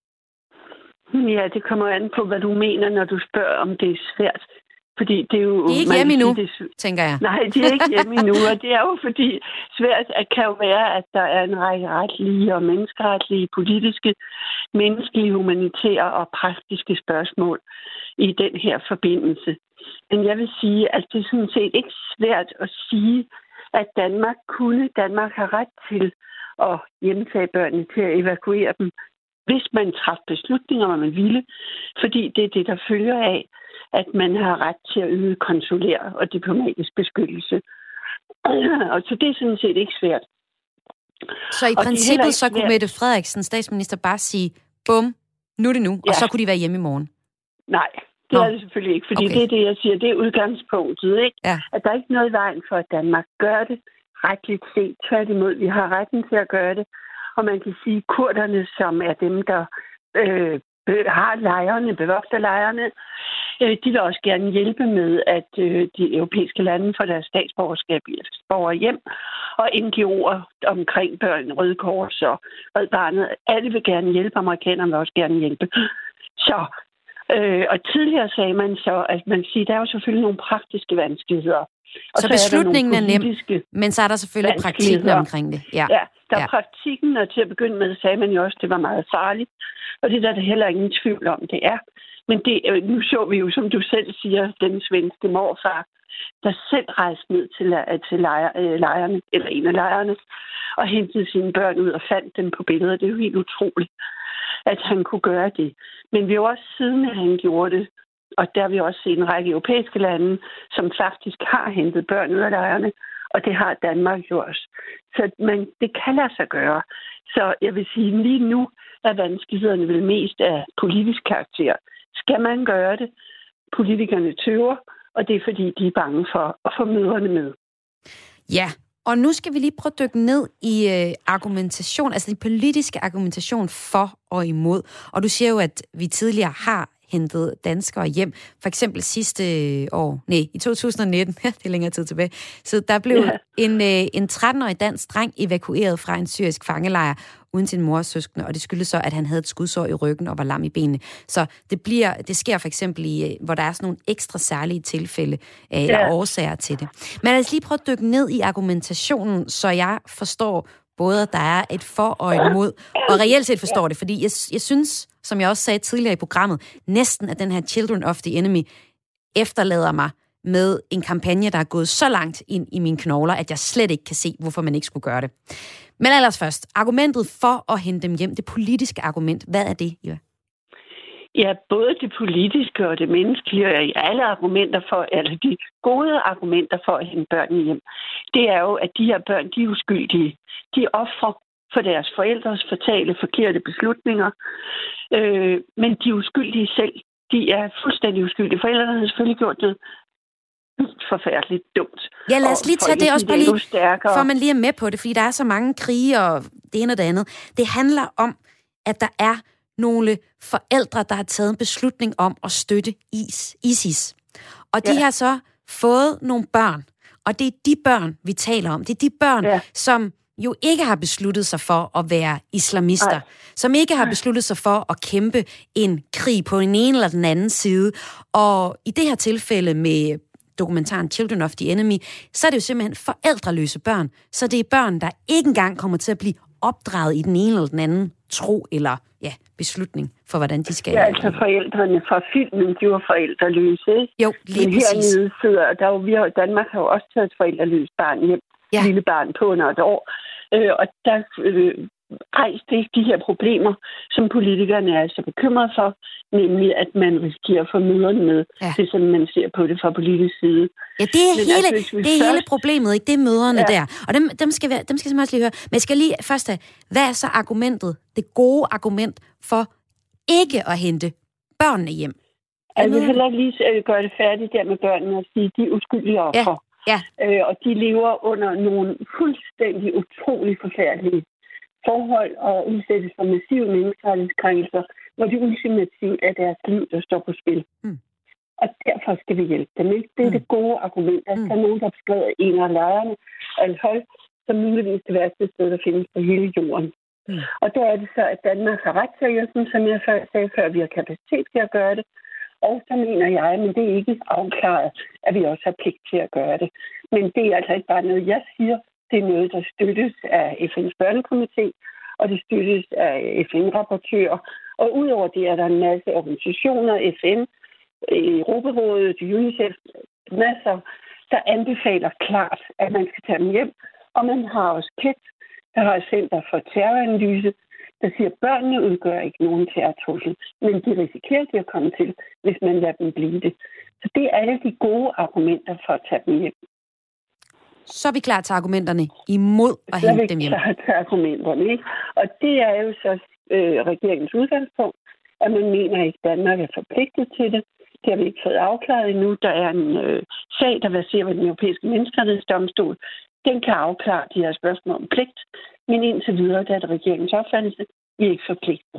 Ja, det kommer an på, hvad du mener, når du spørger, om det er svært. Fordi det er jo... Det er ikke hjemme endnu, tænker jeg. Nej, det er ikke hjemme endnu, og det er jo fordi svært, at kan jo være, at der er en række retlige og menneskeretlige, politiske, menneskelige, humanitære og praktiske spørgsmål i den her forbindelse. Men jeg vil sige, at det er sådan set ikke svært at sige, at Danmark har ret til at hjemtage børnene til at evakuere dem, hvis man træffer beslutninger, hvad man ville, fordi det er det, der følger af, at man har ret til at yde konsulær og diplomatisk beskyttelse. Og så det er sådan set ikke svært. Så i princippet så kunne Mette Frederiksen, statsminister, bare sige, bum, nu er det nu, og så kunne de være hjemme i morgen? Nej, Det er det selvfølgelig ikke, fordi det er det, jeg siger, det er udgangspunktet, ikke? Ja. At der er ikke noget i vejen for, at Danmark gør det retligt set. Tværtimod, vi har retten til at gøre det. Og man kan sige, at kurderne, som er dem, der har lejrene, bevogter lejrene, de vil også gerne hjælpe med, at de europæiske lande får deres statsborgerskab hjem, og NGO'er omkring børn, Røde Kors og Red Barnet. Alle vil gerne hjælpe, amerikanerne vil også gerne hjælpe. Så, og tidligere sagde man så, at man siger, der er jo selvfølgelig nogle praktiske vanskeligheder. Og så beslutningen er nem, men så er der selvfølgelig praktikken omkring det. Ja, der er praktikken, og til at begynde med, sagde man jo også, at det var meget farligt. Og det der er der heller ingen tvivl om, det er. Men nu så vi jo, som du selv siger, den svenske morfar, der selv rejste ned til lejrene, eller en af lejrene, og hentede sine børn ud og fandt dem på billeder. Det er jo helt utroligt, at han kunne gøre det. Men vi har også siden, at han gjorde det, og der har vi også set en række europæiske lande, som faktisk har hentet børn ud af lejrene, og det har Danmark jo også. Så det kan lade sig gøre. Så jeg vil sige, lige nu er vanskelighederne vel mest af politisk karakter. Skal man gøre det? Politikerne tøver, og det er fordi, de er bange for at få mødrene med. Ja, og nu skal vi lige prøve at dykke ned i argumentation, altså den politiske argumentation for og imod. Og du siger jo, at vi tidligere har hentet danskere hjem. For eksempel i 2019, det er længere tid tilbage, så der blev en 13-årig dansk dreng evakueret fra en syrisk fangelejr uden sin mor og søskende, og det skyldes så, at han havde et skudsår i ryggen og var lam i benene. Så det sker for eksempel hvor der er sådan nogle ekstra særlige tilfælde eller årsager til det. Men lad os lige prøve at dykke ned i argumentationen, så jeg forstår både, at der er et for og et mod, og reelt set forstår det, fordi jeg synes, som jeg også sagde tidligere i programmet, næsten at den her Children of the Enemy efterlader mig med en kampagne, der er gået så langt ind i mine knogler, at jeg slet ikke kan se, hvorfor man ikke skulle gøre det. Men ellers først, argumentet for at hente dem hjem, det politiske argument, hvad er det, Eva? Ja, både det politiske og det menneskelige, og alle argumenter eller de gode argumenter for at hente børnene hjem, det er jo, at de her børn, de er uskyldige. De er ofre for deres forældres fatale, forkerte beslutninger, men de er uskyldige selv. De er fuldstændig uskyldige. Forældrene har selvfølgelig gjort det forfærdeligt dumt. Ja, lad os lige tage det også bare lige, for man lige er med på det, fordi der er så mange krige og det ene og det andet. Det handler om, at der er nogle forældre, der har taget en beslutning om at støtte ISIS. Og de har så fået nogle børn, og det er de børn, vi taler om. Det er de børn, som jo ikke har besluttet sig for at være islamister, som ikke har besluttet sig for at kæmpe en krig på den ene eller den anden side. Og i det her tilfælde med dokumentaren Children of the Enemy, så er det jo simpelthen forældreløse børn. Så det er børn, der ikke engang kommer til at blive opdraget i den ene eller den anden tro eller beslutning for, hvordan de skal... Ja, altså forældrene fra filmen, de var forældreløse, ikke? Jo, lige præcis. Hernede sidder, Danmark har jo også taget et forældreløst barn hjem. Ja. Lille barn på under et år. Og der rejste ikke de her problemer, som politikerne er så bekymrede for, nemlig at man risikerer at få møderne med. Det er sådan, man ser på det fra politisk side. Ja, det er hele problemet, ikke? Det er møderne der. Og dem skal jeg simpelthen også lige høre. Men jeg skal lige først have, hvad er så argumentet, det gode argument for ikke at hente børnene hjem? Jeg vil heller lige gøre det færdigt der med børnene og sige, de er uskyldige ofre. Ja. Og de lever under nogle fuldstændig utrolig forfærdelige forhold og udsættes for massive menneskerettighedskrænkelser, hvor det ultimativt er deres liv, der står på spil. Og derfor skal vi hjælpe dem. Ikke? Det er det gode argument. Der er nogen, der har beskrevet en af lejrene, Al-Hol, som muligvis det værste sted, der findes på hele jorden. Og der er det så, at Danmark har retssikkerheden, som jeg sagde før, vi har kapacitet til at gøre det. Og så mener jeg, men det er ikke afklaret, at vi også har pligt til at gøre det. Men det er altså ikke bare noget, jeg siger. Det er noget, der støttes af FN's børnekomité, og det støttes af FN-rapportører. Og udover det er der en masse organisationer, FN, Europarådet, UNICEF, masser, der anbefaler klart, at man skal tage dem hjem. Og man har også PET, der har et center for terroranalyse, der siger, at børnene udgør ikke nogen terrortrussel, men de risikerer de at komme til, hvis man lader dem blive det. Så det er alle de gode argumenter for at tage dem hjem. Så er vi klar til argumenterne imod at hente dem hjem. Så er vi klar til argumenterne, ikke? Og det er jo så regeringens udgangspunkt, at man mener ikke, at Danmark er forpligtet til det. Det har vi ikke fået afklaret endnu. Der er en sag, der verserer ved den europæiske menneskerettighedsdomstol. Den kan afklare de her spørgsmål om pligt, men indtil videre, der er det regeringens opfattelse, vi er ikke forpligtet.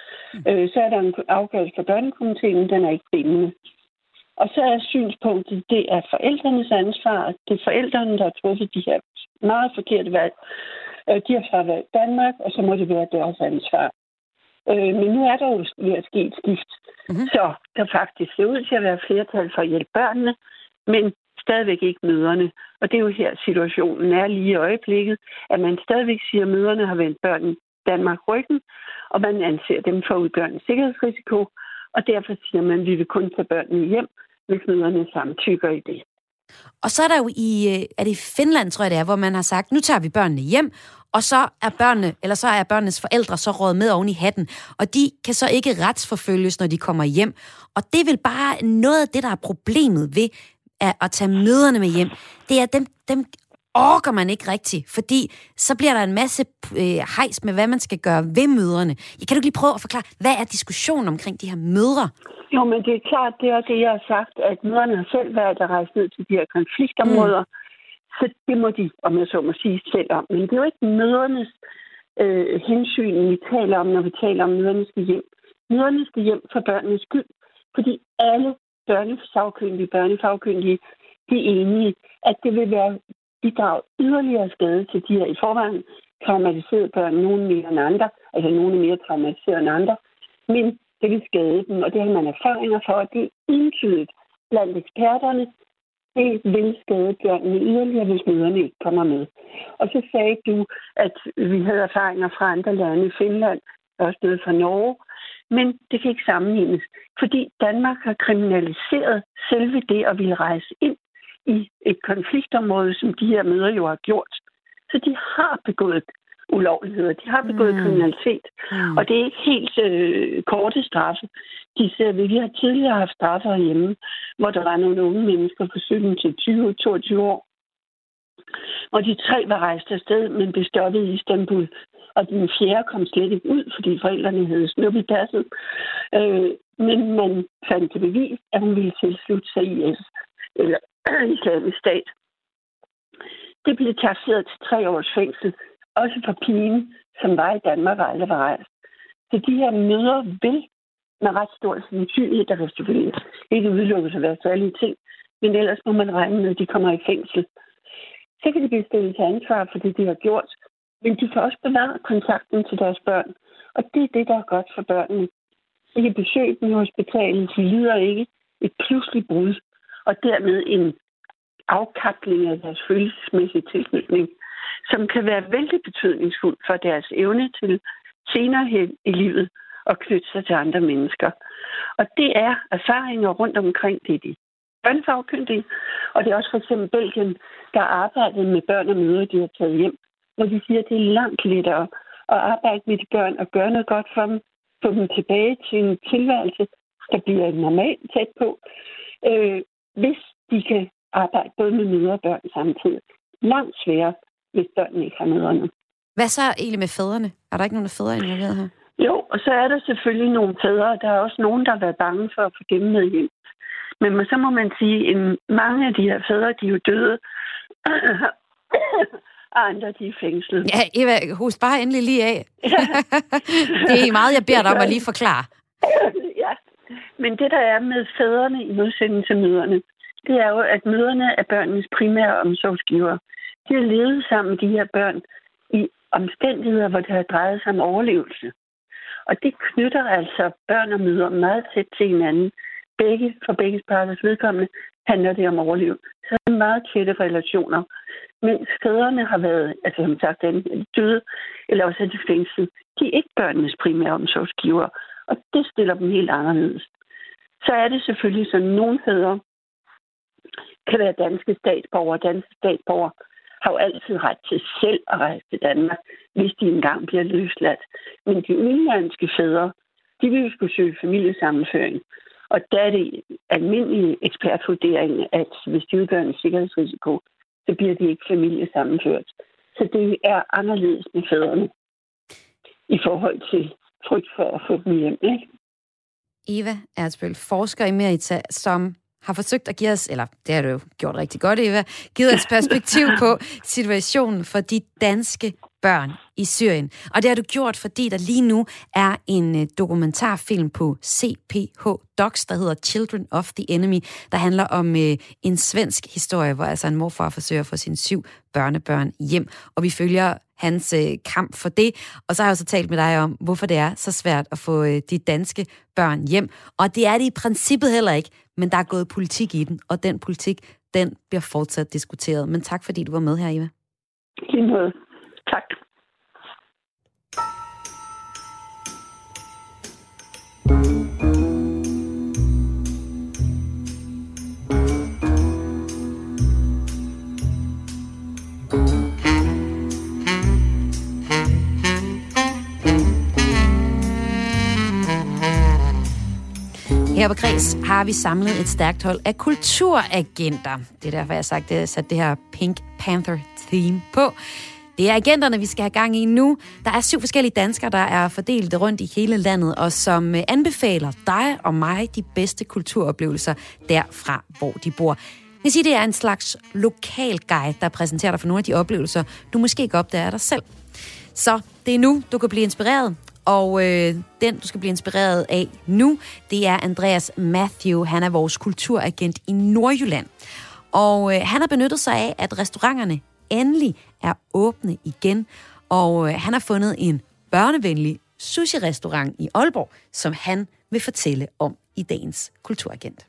Så er der en afgørelse fra børnekomiteen, den er ikke bindende. Og så er synspunktet, det er forældrenes ansvar. Det er forældrene, der har truffet de her meget forkerte valg. De har fravalgt Danmark, og så må det være deres ansvar. Men nu er der jo ved at ske et skift. Så der faktisk ser ud til at være flertal for at hjælpe børnene, men stadigvæk ikke mødrene. Og det er jo her situationen er lige i øjeblikket, at man stadigvæk siger, at mødrene har vendt børnene Danmark ryggen, og man anser dem for at udgøre en sikkerhedsrisiko, og derfor siger man, at vi vil kun tage børnene hjem, hvis mødrene samtykker i det. Og så er der jo er det i Finland, tror jeg det er, hvor man har sagt, nu tager vi børnene hjem, og så er børnenes forældre så røget med oven i hatten, og de kan så ikke retsforfølges, når de kommer hjem. Og det er vel bare noget af det, der er problemet ved at tage mødrene med hjem. Det er dem orker man ikke rigtigt, fordi så bliver der en masse hejs med, hvad man skal gøre ved mødrene. Kan du ikke lige prøve at forklare, hvad er diskussionen omkring de her mødre? Jo, men det er klart, det er det, jeg har sagt, at mødrene har selv været at rejse ned til de her konfliktområder, så det må de, om jeg så må sige, selv om. Men det er jo ikke mødrenes hensyn, vi taler om, når vi taler om mødrene skal hjem. Mødrene skal hjem for børnenes skyld, fordi alle børnefagkyndige, de er enige, at det vil være bidrag yderligere skade til de her i forvejen traumatiserede børn, nogle mere end andre, altså nogle er mere traumatiserede end andre, men det vil skade dem, og det har man erfaringer for, og det er entydigt blandt eksperterne, det vil skade børnene yderligere, hvis mødrene ikke kommer med. Og så sagde du, at vi havde erfaringer fra andre lande, Finland, også noget fra Norge, men det kan ikke sammenlignes, fordi Danmark har kriminaliseret selve det at ville rejse ind i et konfliktområde, som de her mødre jo har gjort. Så de har begået ulovligheder, de har begået kriminalitet, og det er ikke helt korte straffe. Vi har tidligere haft straffe herhjemme, hvor der var nogle unge mennesker på 17 til 20-22 år, og de 3 var rejst afsted, men blev stoppet i Istanbul. Og den 4. kom slet ikke ud, fordi forældrene havde snuppet passet. Men man fandt til bevis, at hun ville tilslutte sig IS, eller Islamisk Stat. Det blev takseret til 3 års fængsel, også for pigen, som var i Danmark og aldrig var rejst. Så de her mødre vil med ret stor sandsynlighed, der kan selvfølgelig ikke udelukkes at være særlige ting, men ellers må man regne med, at de kommer i fængsel. Så kan de blive stillet til ansvar for det, de har gjort, men de kan også bevare kontakten til deres børn. Og det er det, der er godt for børnene. De kan besøge dem i hospitalet, de lider ikke et pludseligt brud, og dermed en afkapling af deres følelsesmæssige tilknytning, som kan være vældig betydningsfuld for deres evne til senere i livet at knytte sig til andre mennesker. Og det er erfaringer rundt omkring de børnefagkyndige, og det er også for eksempel Belgien, der arbejder med børn og mødre, de har taget hjem, hvor de siger, at det er langt lettere at arbejde med de børn og gøre noget godt for dem, få dem tilbage til en tilværelse, der bliver normalt tæt på, hvis de kan arbejde både med mødre og børn samtidig. Langt sværere, hvis børnene ikke har mødrene. Hvad så egentlig med fædrene? Er der ikke nogen af fædre involveret her? Jo, og så er der selvfølgelig nogle fædre. Der er også nogen, der har været bange for at få dem med hjem. Men så må man sige, at mange af de her fædre, de er jo døde, og andre, de er fængslet. Ja, Eva, husk bare endelig lige af. Det er meget, jeg beder dig om at lige forklare. Ja, men det, der er med fædrene i modsætning til mødrene, det er jo, at mødrene er børnenes primære omsorgsgiver. De har levet sammen med de her børn i omstændigheder, hvor det har drejet sig om overlevelse. Og det knytter altså børn og mødre meget tæt til hinanden. For begge parters vedkommende handler det om overlevelse. Så er det meget tætte relationer. Mens fædrene har været, altså som sagt, døde, eller også er de fængslet. De er ikke børnenes primære omsorgsgiver, og det stiller dem helt anderledes. Så er det selvfølgelig sådan, at nogle fædre kan være danske statsborgere. Danske statsborgere har jo altid ret til selv at rejse til Danmark, hvis de engang bliver løsladt. Men de udenlandske fædre, de vil jo skulle søge familiesammenføring. Og der er det almindelig ekspertvurdering, at hvis de udgør en sikkerhedsrisiko, så bliver de ikke familiesammenført. Så det er anderledes med fædrene i forhold til frygt for at få dem hjem, ikke? Eva Ertsbøl, forsker emerita, som har forsøgt at give os, eller det har du jo gjort rigtig godt, Eva, givet os perspektiv på situationen for de danske børn i Syrien. Og det har du gjort, fordi der lige nu er en dokumentarfilm på CPH Docs, der hedder Children of the Enemy, der handler om en svensk historie, hvor altså en morfar forsøger at få sine 7 børnebørn hjem. Og vi følger hans kamp for det. Og så har jeg også talt med dig om, hvorfor det er så svært at få de danske børn hjem. Og det er det i princippet heller ikke, men der er gået politik i den, og den politik, den bliver fortsat diskuteret. Men tak, fordi du var med her, Eva. Lige måde. Tak. Her på Græs har vi samlet et stærkt hold af kulturagenter. Det er derfor, jeg har sagt, at jeg sat det her Pink Panther-theme på. Det er agenterne, vi skal have gang i nu. Der er 7 forskellige danskere, der er fordelt rundt i hele landet, og som anbefaler dig og mig de bedste kulturoplevelser derfra, hvor de bor. Jeg vil sige, det er en slags lokal guide, der præsenterer dig for nogle af de oplevelser, du måske ikke opdager dig selv. Så det er nu, du kan blive inspireret. Og den, du skal blive inspireret af nu, det er Andreas Matthew. Han er vores kulturagent i Nordjylland. Og han har benyttet sig af, at restauranterne endelig er åbne igen. Og han har fundet en børnevenlig sushi-restaurant i Aalborg, som han vil fortælle om i dagens kulturagent.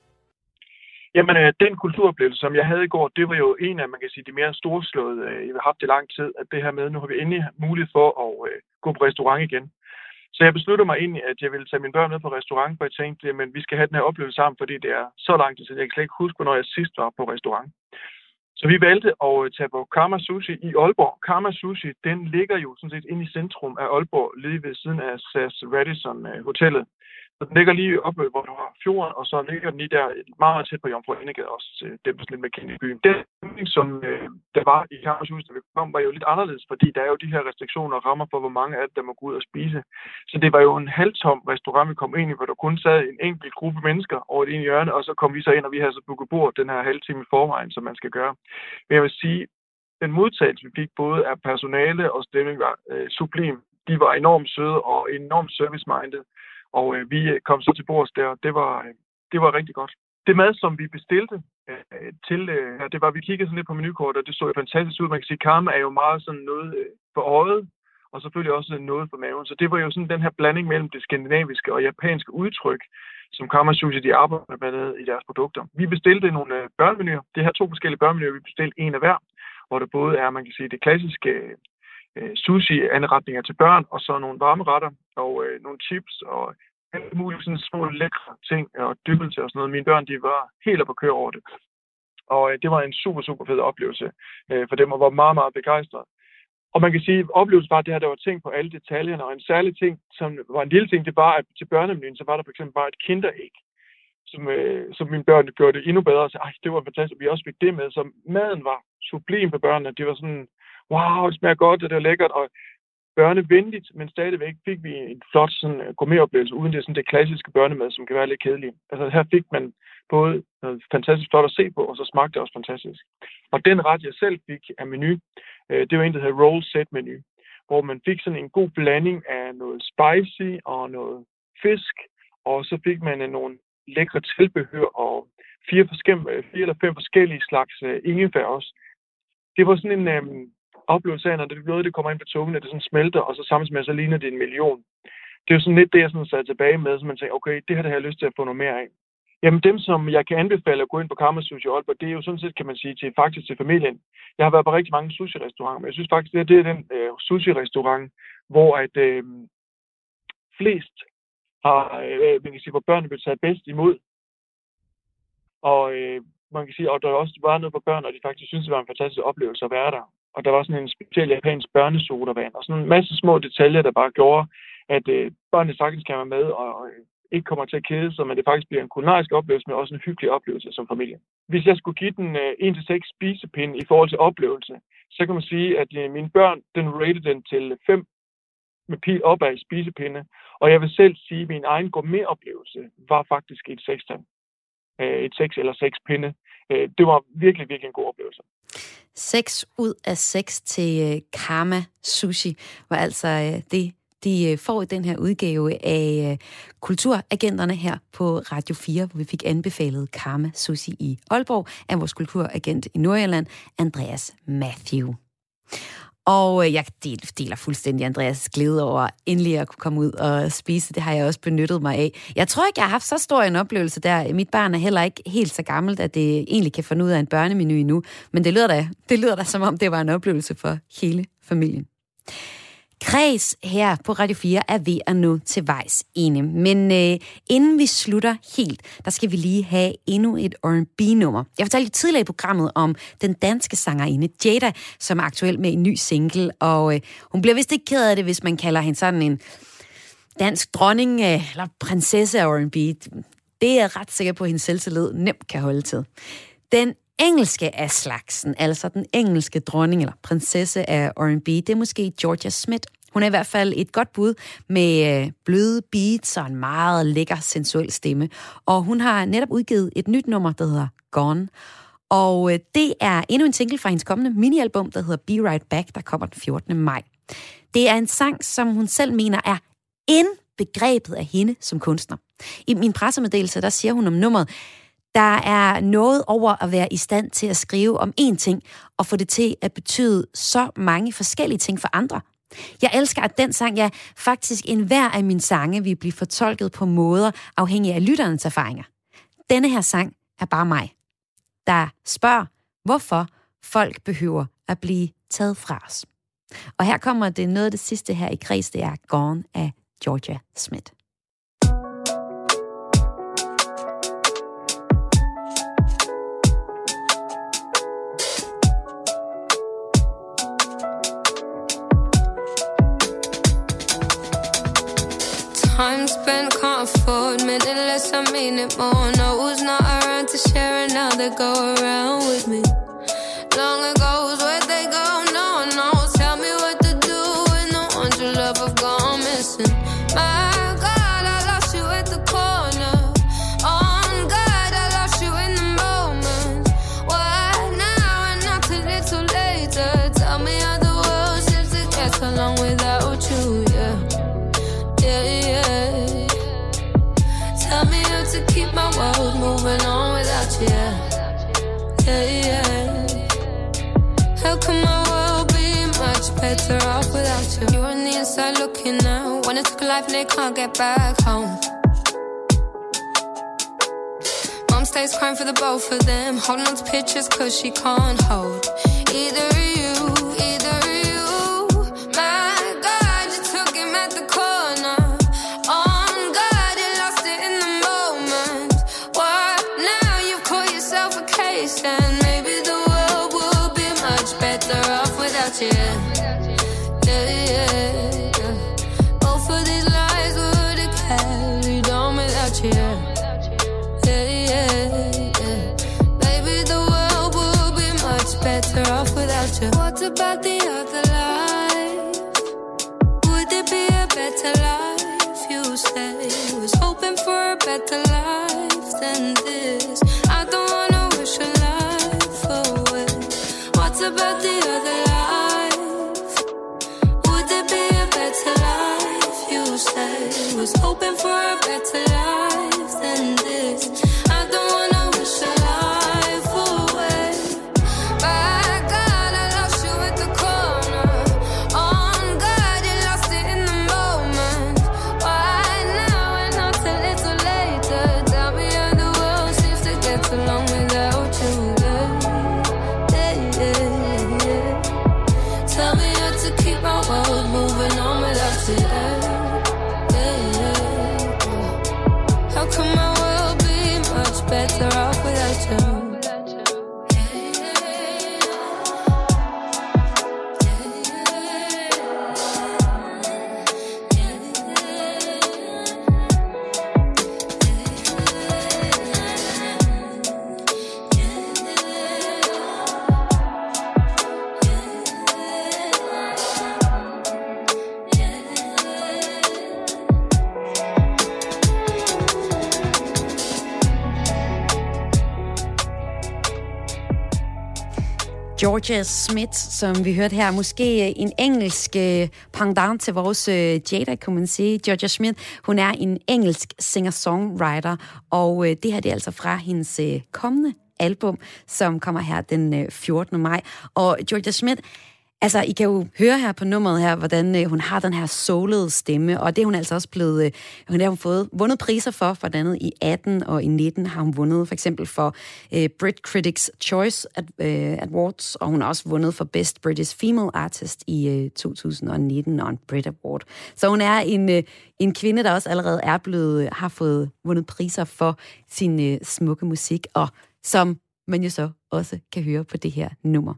Jamen, den kulturoplevelse, som jeg havde i går, det var jo en af, man kan sige, de mere storslåede, jeg har haft i lang tid, at det her med, nu har vi endelig mulighed for at gå på restaurant igen. Så jeg besluttede mig egentlig, at jeg ville tage mine børn med på restaurant, for jeg tænkte, men vi skal have den her oplevelse sammen, fordi det er så lang tid siden. Jeg kan slet ikke huske, hvornår jeg sidst var på restaurant. Så vi valgte at tage på Karma Sushi i Aalborg. Karma Sushi, den ligger jo sådan set inde i centrum af Aalborg, lige ved siden af SAS Radisson Hotellet. Så den ligger lige oppe, hvor du har fjorden, og så ligger den lige der meget tæt på Jomfru Anegade, også det er sådan lidt med kendt i byen. Den, som der var i Karma Sushi, da vi kom, var jo lidt anderledes, fordi der er jo de her restriktioner og rammer for, hvor mange af dem, der må gå ud og spise. Så det var jo en halvtom restaurant, vi kom ind i, hvor der kun sad en enkelt gruppe mennesker over det ene hjørne, og så kom vi så ind, og vi havde så booket bord den her halve time i forvejen, som man skal gøre. Men jeg vil sige, den modtagelse, vi fik både af personale og stemning var sublim. De var enormt søde og enormt service-minded. Og vi kom så til bords der, og det var rigtig godt. Det mad, som vi bestilte det var, vi kiggede sådan lidt på menukortet, og det så jo fantastisk ud. Man kan sige, karma er jo meget sådan noget for øjet, og selvfølgelig også noget for maven. Så det var jo sådan den her blanding mellem det skandinaviske og japanske udtryk, som Karma Sushi, de arbejder med i deres produkter. Vi bestilte nogle børnemenuer. Det her 2 forskellige børnemenuer, vi bestilte en af hver, hvor det både er, man kan sige, det klassiske sushi-anretninger til børn, og så nogle varmeretter, og nogle chips, og alle mulige sådan små lækre ting, og dyppelse og sådan noget. Mine børn, de var helt op at køre over det. Og det var en super, super fed oplevelse for dem, og var meget, meget begejstret. Og man kan sige, at oplevelsen var det her, der var ting på alle detaljerne, og en særlig ting, som var en lille ting, det var, at til børnemenuen, så var der for eksempel bare et kinderæg, som mine børn gjorde det endnu bedre, og sagde, det var fantastisk, vi også fik det med. Så maden var sublim for børnene, det var sådan, wow, det smager godt, og det var lækkert, og børnevenligt, men stadigvæk fik vi en flot sådan gourmetoplevelse, uden det sådan det klassiske børnemad, som kan være lidt kedeligt. Altså her fik man både noget fantastisk flot at se på, og så smagte det også fantastisk. Og den ret, jeg selv fik af menu, det var en, der hedder roll set menu, hvor man fik sådan en god blanding af noget spicy og noget fisk, og så fik man nogle lækre tilbehør og 4 eller 5 forskellige slags ingefær også. Det var sådan en oplevelse af, når det er noget, det kommer ind på tungen, at det sådan smelter, og så samtidig så ligner det 1 million. Det er jo sådan lidt det, jeg sådan sad tilbage med, så man tænker, okay, det her har jeg lyst til at få noget mere af. Jamen dem, som jeg kan anbefale at gå ind på Karma Sushi Aalborg, det er jo sådan set, kan man sige, faktisk til familien. Jeg har været på rigtig mange sushi-restauranter, men jeg synes faktisk, det er den sushi-restaurant, hvor at flest har, man kan sige, hvor børnene bliver taget bedst imod. Og man kan sige, at der også var noget for børn, og de faktisk synes, det var en fantastisk oplevelse at være der. Og der var sådan en speciel japansk børnesodavand, og sådan en masse små detaljer, der bare gjorde, at børnene sagtens kan være med, og ikke kommer til at kede sig, men det faktisk bliver en kulinarisk oplevelse, men også en hyggelig oplevelse som familie. Hvis jeg skulle give den 1-6 spisepinde i forhold til oplevelse, så kan man sige, at mine børn, den rated den til 5 med pil opad i spisepinde. Og jeg vil selv sige, at min egen gourmetoplevelse var faktisk et sekstal. Et 6 eller 6 pinde. Det var virkelig, virkelig en god oplevelse. 6 ud af 6 til Karma Sushi var altså det, de får i den her udgave af Kulturagenterne her på Radio 4, hvor vi fik anbefalet Karma Sushi i Aalborg af vores kulturagent i Nordjylland, Andreas Matthew. Og jeg deler fuldstændig Andreas glæde over endelig at kunne komme ud og spise. Det har jeg også benyttet mig af. Jeg tror ikke, jeg har haft så stor en oplevelse der. Mit barn er heller ikke helt så gammelt, at det egentlig kan finde ud af en børnemenu endnu. Men det lyder da som om det var en oplevelse for hele familien. Kreds her på Radio 4 er ved at nå til vejs ende. Men inden vi slutter helt, der skal vi lige have endnu et R&B-nummer. Jeg fortalte tidligere i programmet om den danske sangerinde Jada, som er aktuel med en ny single, og hun bliver vist ikke ked af det, hvis man kalder hende sådan en dansk dronning eller prinsesse af R&B. Det er jeg ret sikker på, at hendes selvtillid nemt kan holde til. Den engelske af slagsen, altså den engelske dronning eller prinsesse af R&B, det er måske Georgia Smith. Hun er i hvert fald et godt bud med bløde beats og en meget lækker, sensuel stemme. Og hun har netop udgivet et nyt nummer, der hedder Gone. Og det er endnu en single fra hendes kommende minialbum, der hedder Be Right Back, der kommer den 14. maj. Det er en sang, som hun selv mener er indbegrebet af hende som kunstner. I min pressemeddelelse, der siger hun om nummeret, der er noget over at være i stand til at skrive om én ting, og få det til at betyde så mange forskellige ting for andre. Jeg elsker, at den sang, ja, faktisk enhver af mine sange vil blive fortolket på måder afhængig af lytternes erfaringer. Denne her sang er bare mig, der spørger, hvorfor folk behøver at blive taget fra os. Og her kommer det noget af det sidste her i kreds, det er Gone af Georgia Smith. Time spent, can't afford minute less, I mean it more. No, who's not around to share it now, they go around with me. Long ago's where they go, no one knows. Tell me what to do when the ones you love have gone missing. My God, I lost you at the corner. On God, I lost you in the moment. Why now and not till it's too later? Tell me how the world seems to get along without you, yeah. Tell me how to keep my world moving on without you, yeah. How can my world be much better off without you? You're on the inside looking out. When it took a life and they can't get back home. Mom stays crying for the both of them, holding on to pictures cause she can't hold either you. My God, you took him at the corner. And maybe the world would be much better off without you. Yeah. Both of these lies would have carried on without you. Yeah. Maybe the world would be much better off without you. What about the other life? Would it be a better life? You say was hoping for a better life than this. I don't wanna wish a life away. What about the other life? Would it be a better life? You say was hoping for a better life than this. I don't wanna wish a life away. My God, I lost you at the corner. On God, you lost it in the moment. Why now and not till it's too later? Tell me how the world seems to get Georgia Smith, som vi hørte her, måske en engelsk pendant til vores Jada, kunne man sige. Georgia Smith, hun er en engelsk singer-songwriter, og det her det er altså fra hendes kommende album, som kommer her den 14. maj. Og Georgia Smith, altså, I kan jo høre her på nummeret her, hvordan hun har den her soulede stemme, og det er hun altså også blevet, hun har vundet priser for blandt andet i 18 og i 19 har hun vundet for eksempel for Brit Critics Choice Awards, og hun har også vundet for Best British Female Artist i 2019 og en Brit Award. Så hun er en kvinde, der også allerede har fået vundet priser for sin smukke musik, og som man jo så også kan høre på det her nummer.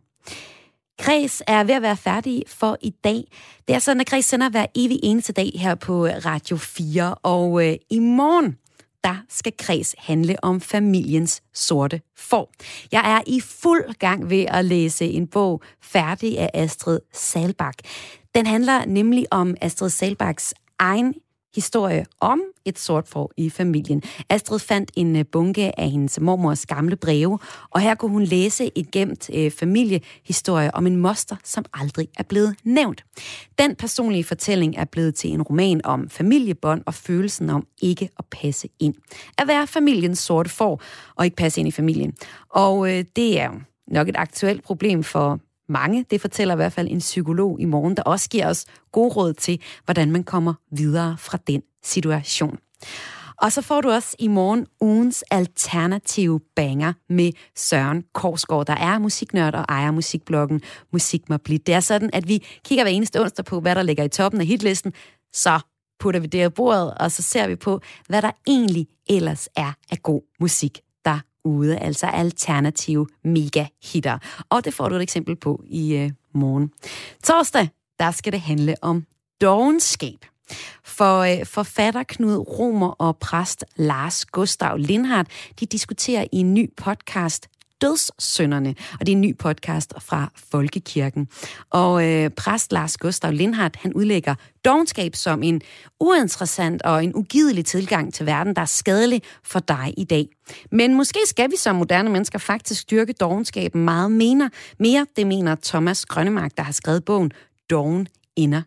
Kreds er ved at være færdig for i dag. Det er sådan, at Kreds sender hver evig eneste dag her på Radio 4. Og i morgen, der skal Kreds handle om familiens sorte får. Jeg er i fuld gang ved at læse en bog færdig af Astrid Saalbach. Den handler nemlig om Astrid Saalbachs egen historie om et sort får i familien. Astrid fandt en bunke af hendes mormors gamle breve, og her kunne hun læse et gemt familiehistorie om en moster, som aldrig er blevet nævnt. Den personlige fortælling er blevet til en roman om familiebånd og følelsen om ikke at passe ind. At være familiens sorte får og ikke passe ind i familien. Og det er nok et aktuelt problem for mange. Det fortæller i hvert fald en psykolog i morgen, der også giver os gode råd til, hvordan man kommer videre fra den situation. Og så får du også i morgen ugens alternative banger med Søren Korsgaard, der er musiknørd og ejer musikbloggen Musik Mig Blidt. Det er sådan, at vi kigger hver eneste onsdag på, hvad der ligger i toppen af hitlisten. Så putter vi det af bordet, og så ser vi på, hvad der egentlig ellers er af god musik derude. Altså alternative mega-hitter. Og det får du et eksempel på i morgen. Torsdag, der skal det handle om dovenskab. For forfatter Knud Romer og præst Lars Gustav Lindhardt, de diskuterer i en ny podcast Dødssynderne, og det er en ny podcast fra Folkekirken. Og præst Lars Gustav Lindhardt, han udlægger dovenskab som en uinteressant og en ugidelig tilgang til verden, der er skadelig for dig i dag. Men måske skal vi som moderne mennesker faktisk styrke dovenskaben meget mere. Det mener Thomas Grønnemark, der har skrevet bogen Doven Energi.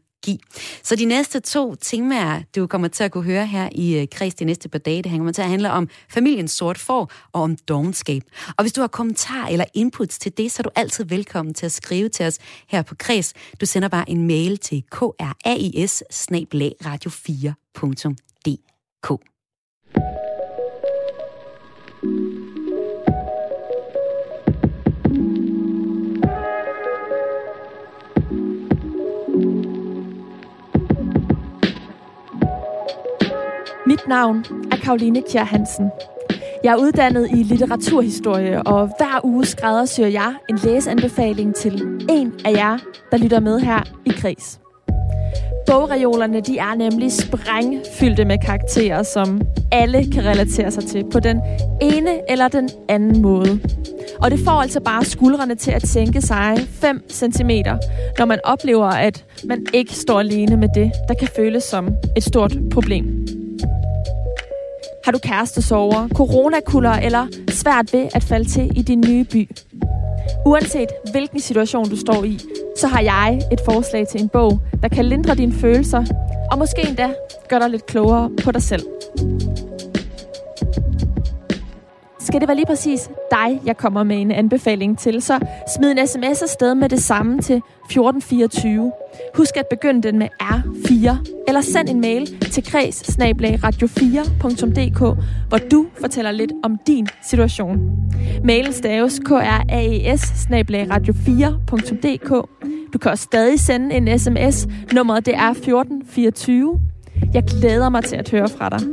Så de næste 2 temaer, du kommer til at kunne høre her i Kreds de næste par dage, det kommer til at handle om familiens sort får og om dovenskab. Og hvis du har kommentarer eller inputs til det, så er du altid velkommen til at skrive til os her på Kreds. Du sender bare en mail til krais@radio4.dk. Mit navn er Caroline Kjær Hansen. Jeg er uddannet i litteraturhistorie, og hver uge skræddersyr jeg en læseanbefaling til en af jer, der lytter med her i Kreds. Bogreolerne, de er nemlig sprængfyldte med karakterer, som alle kan relatere sig til på den ene eller den anden måde. Og det får altså bare skuldrene til at sænke sig 5 centimeter, når man oplever, at man ikke står alene med det, der kan føles som et stort problem. Har du kærestesorger, coronakulder eller svært ved at falde til i din nye by? Uanset hvilken situation du står i, så har jeg et forslag til en bog, der kan lindre dine følelser, og måske endda gøre dig lidt klogere på dig selv. Skal det være lige præcis dig, jeg kommer med en anbefaling til, så smid en sms afsted med det samme til 1424. Husk at begynde den med R4, eller send en mail til kreds@radio4.dk, hvor du fortæller lidt om din situation. Mailen staves kraes@radio4.dk. Du kan også stadig sende en sms. Nummeret det er 1424. Jeg glæder mig til at høre fra dig.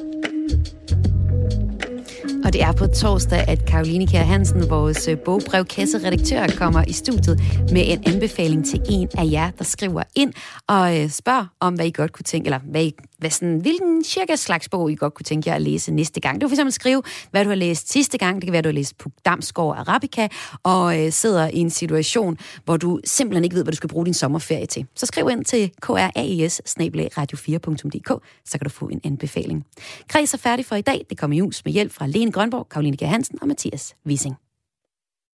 Og det er på torsdag, at Caroline Kjær Hansen, vores bogbrevkasseredaktør, kommer i studiet med en anbefaling til en af jer, der skriver ind og spørger om, hvad I godt kunne tænke, eller hvilken cirka slags bog I godt kunne tænke jer at læse næste gang. Du kan for eksempel skrive, hvad du har læst sidste gang. Det kan være, at du har læst Puk Damsgaard Arabica, og sidder i en situation, hvor du simpelthen ikke ved, hvad du skal bruge din sommerferie til. Så skriv ind til kraes@radio4.dk, så kan du få en anbefaling. Kreds er færdig for i dag. Det kommer i hus med hjælp fra Lene Grønborg, Caroline Kjær Hansen og Mathias Wissing.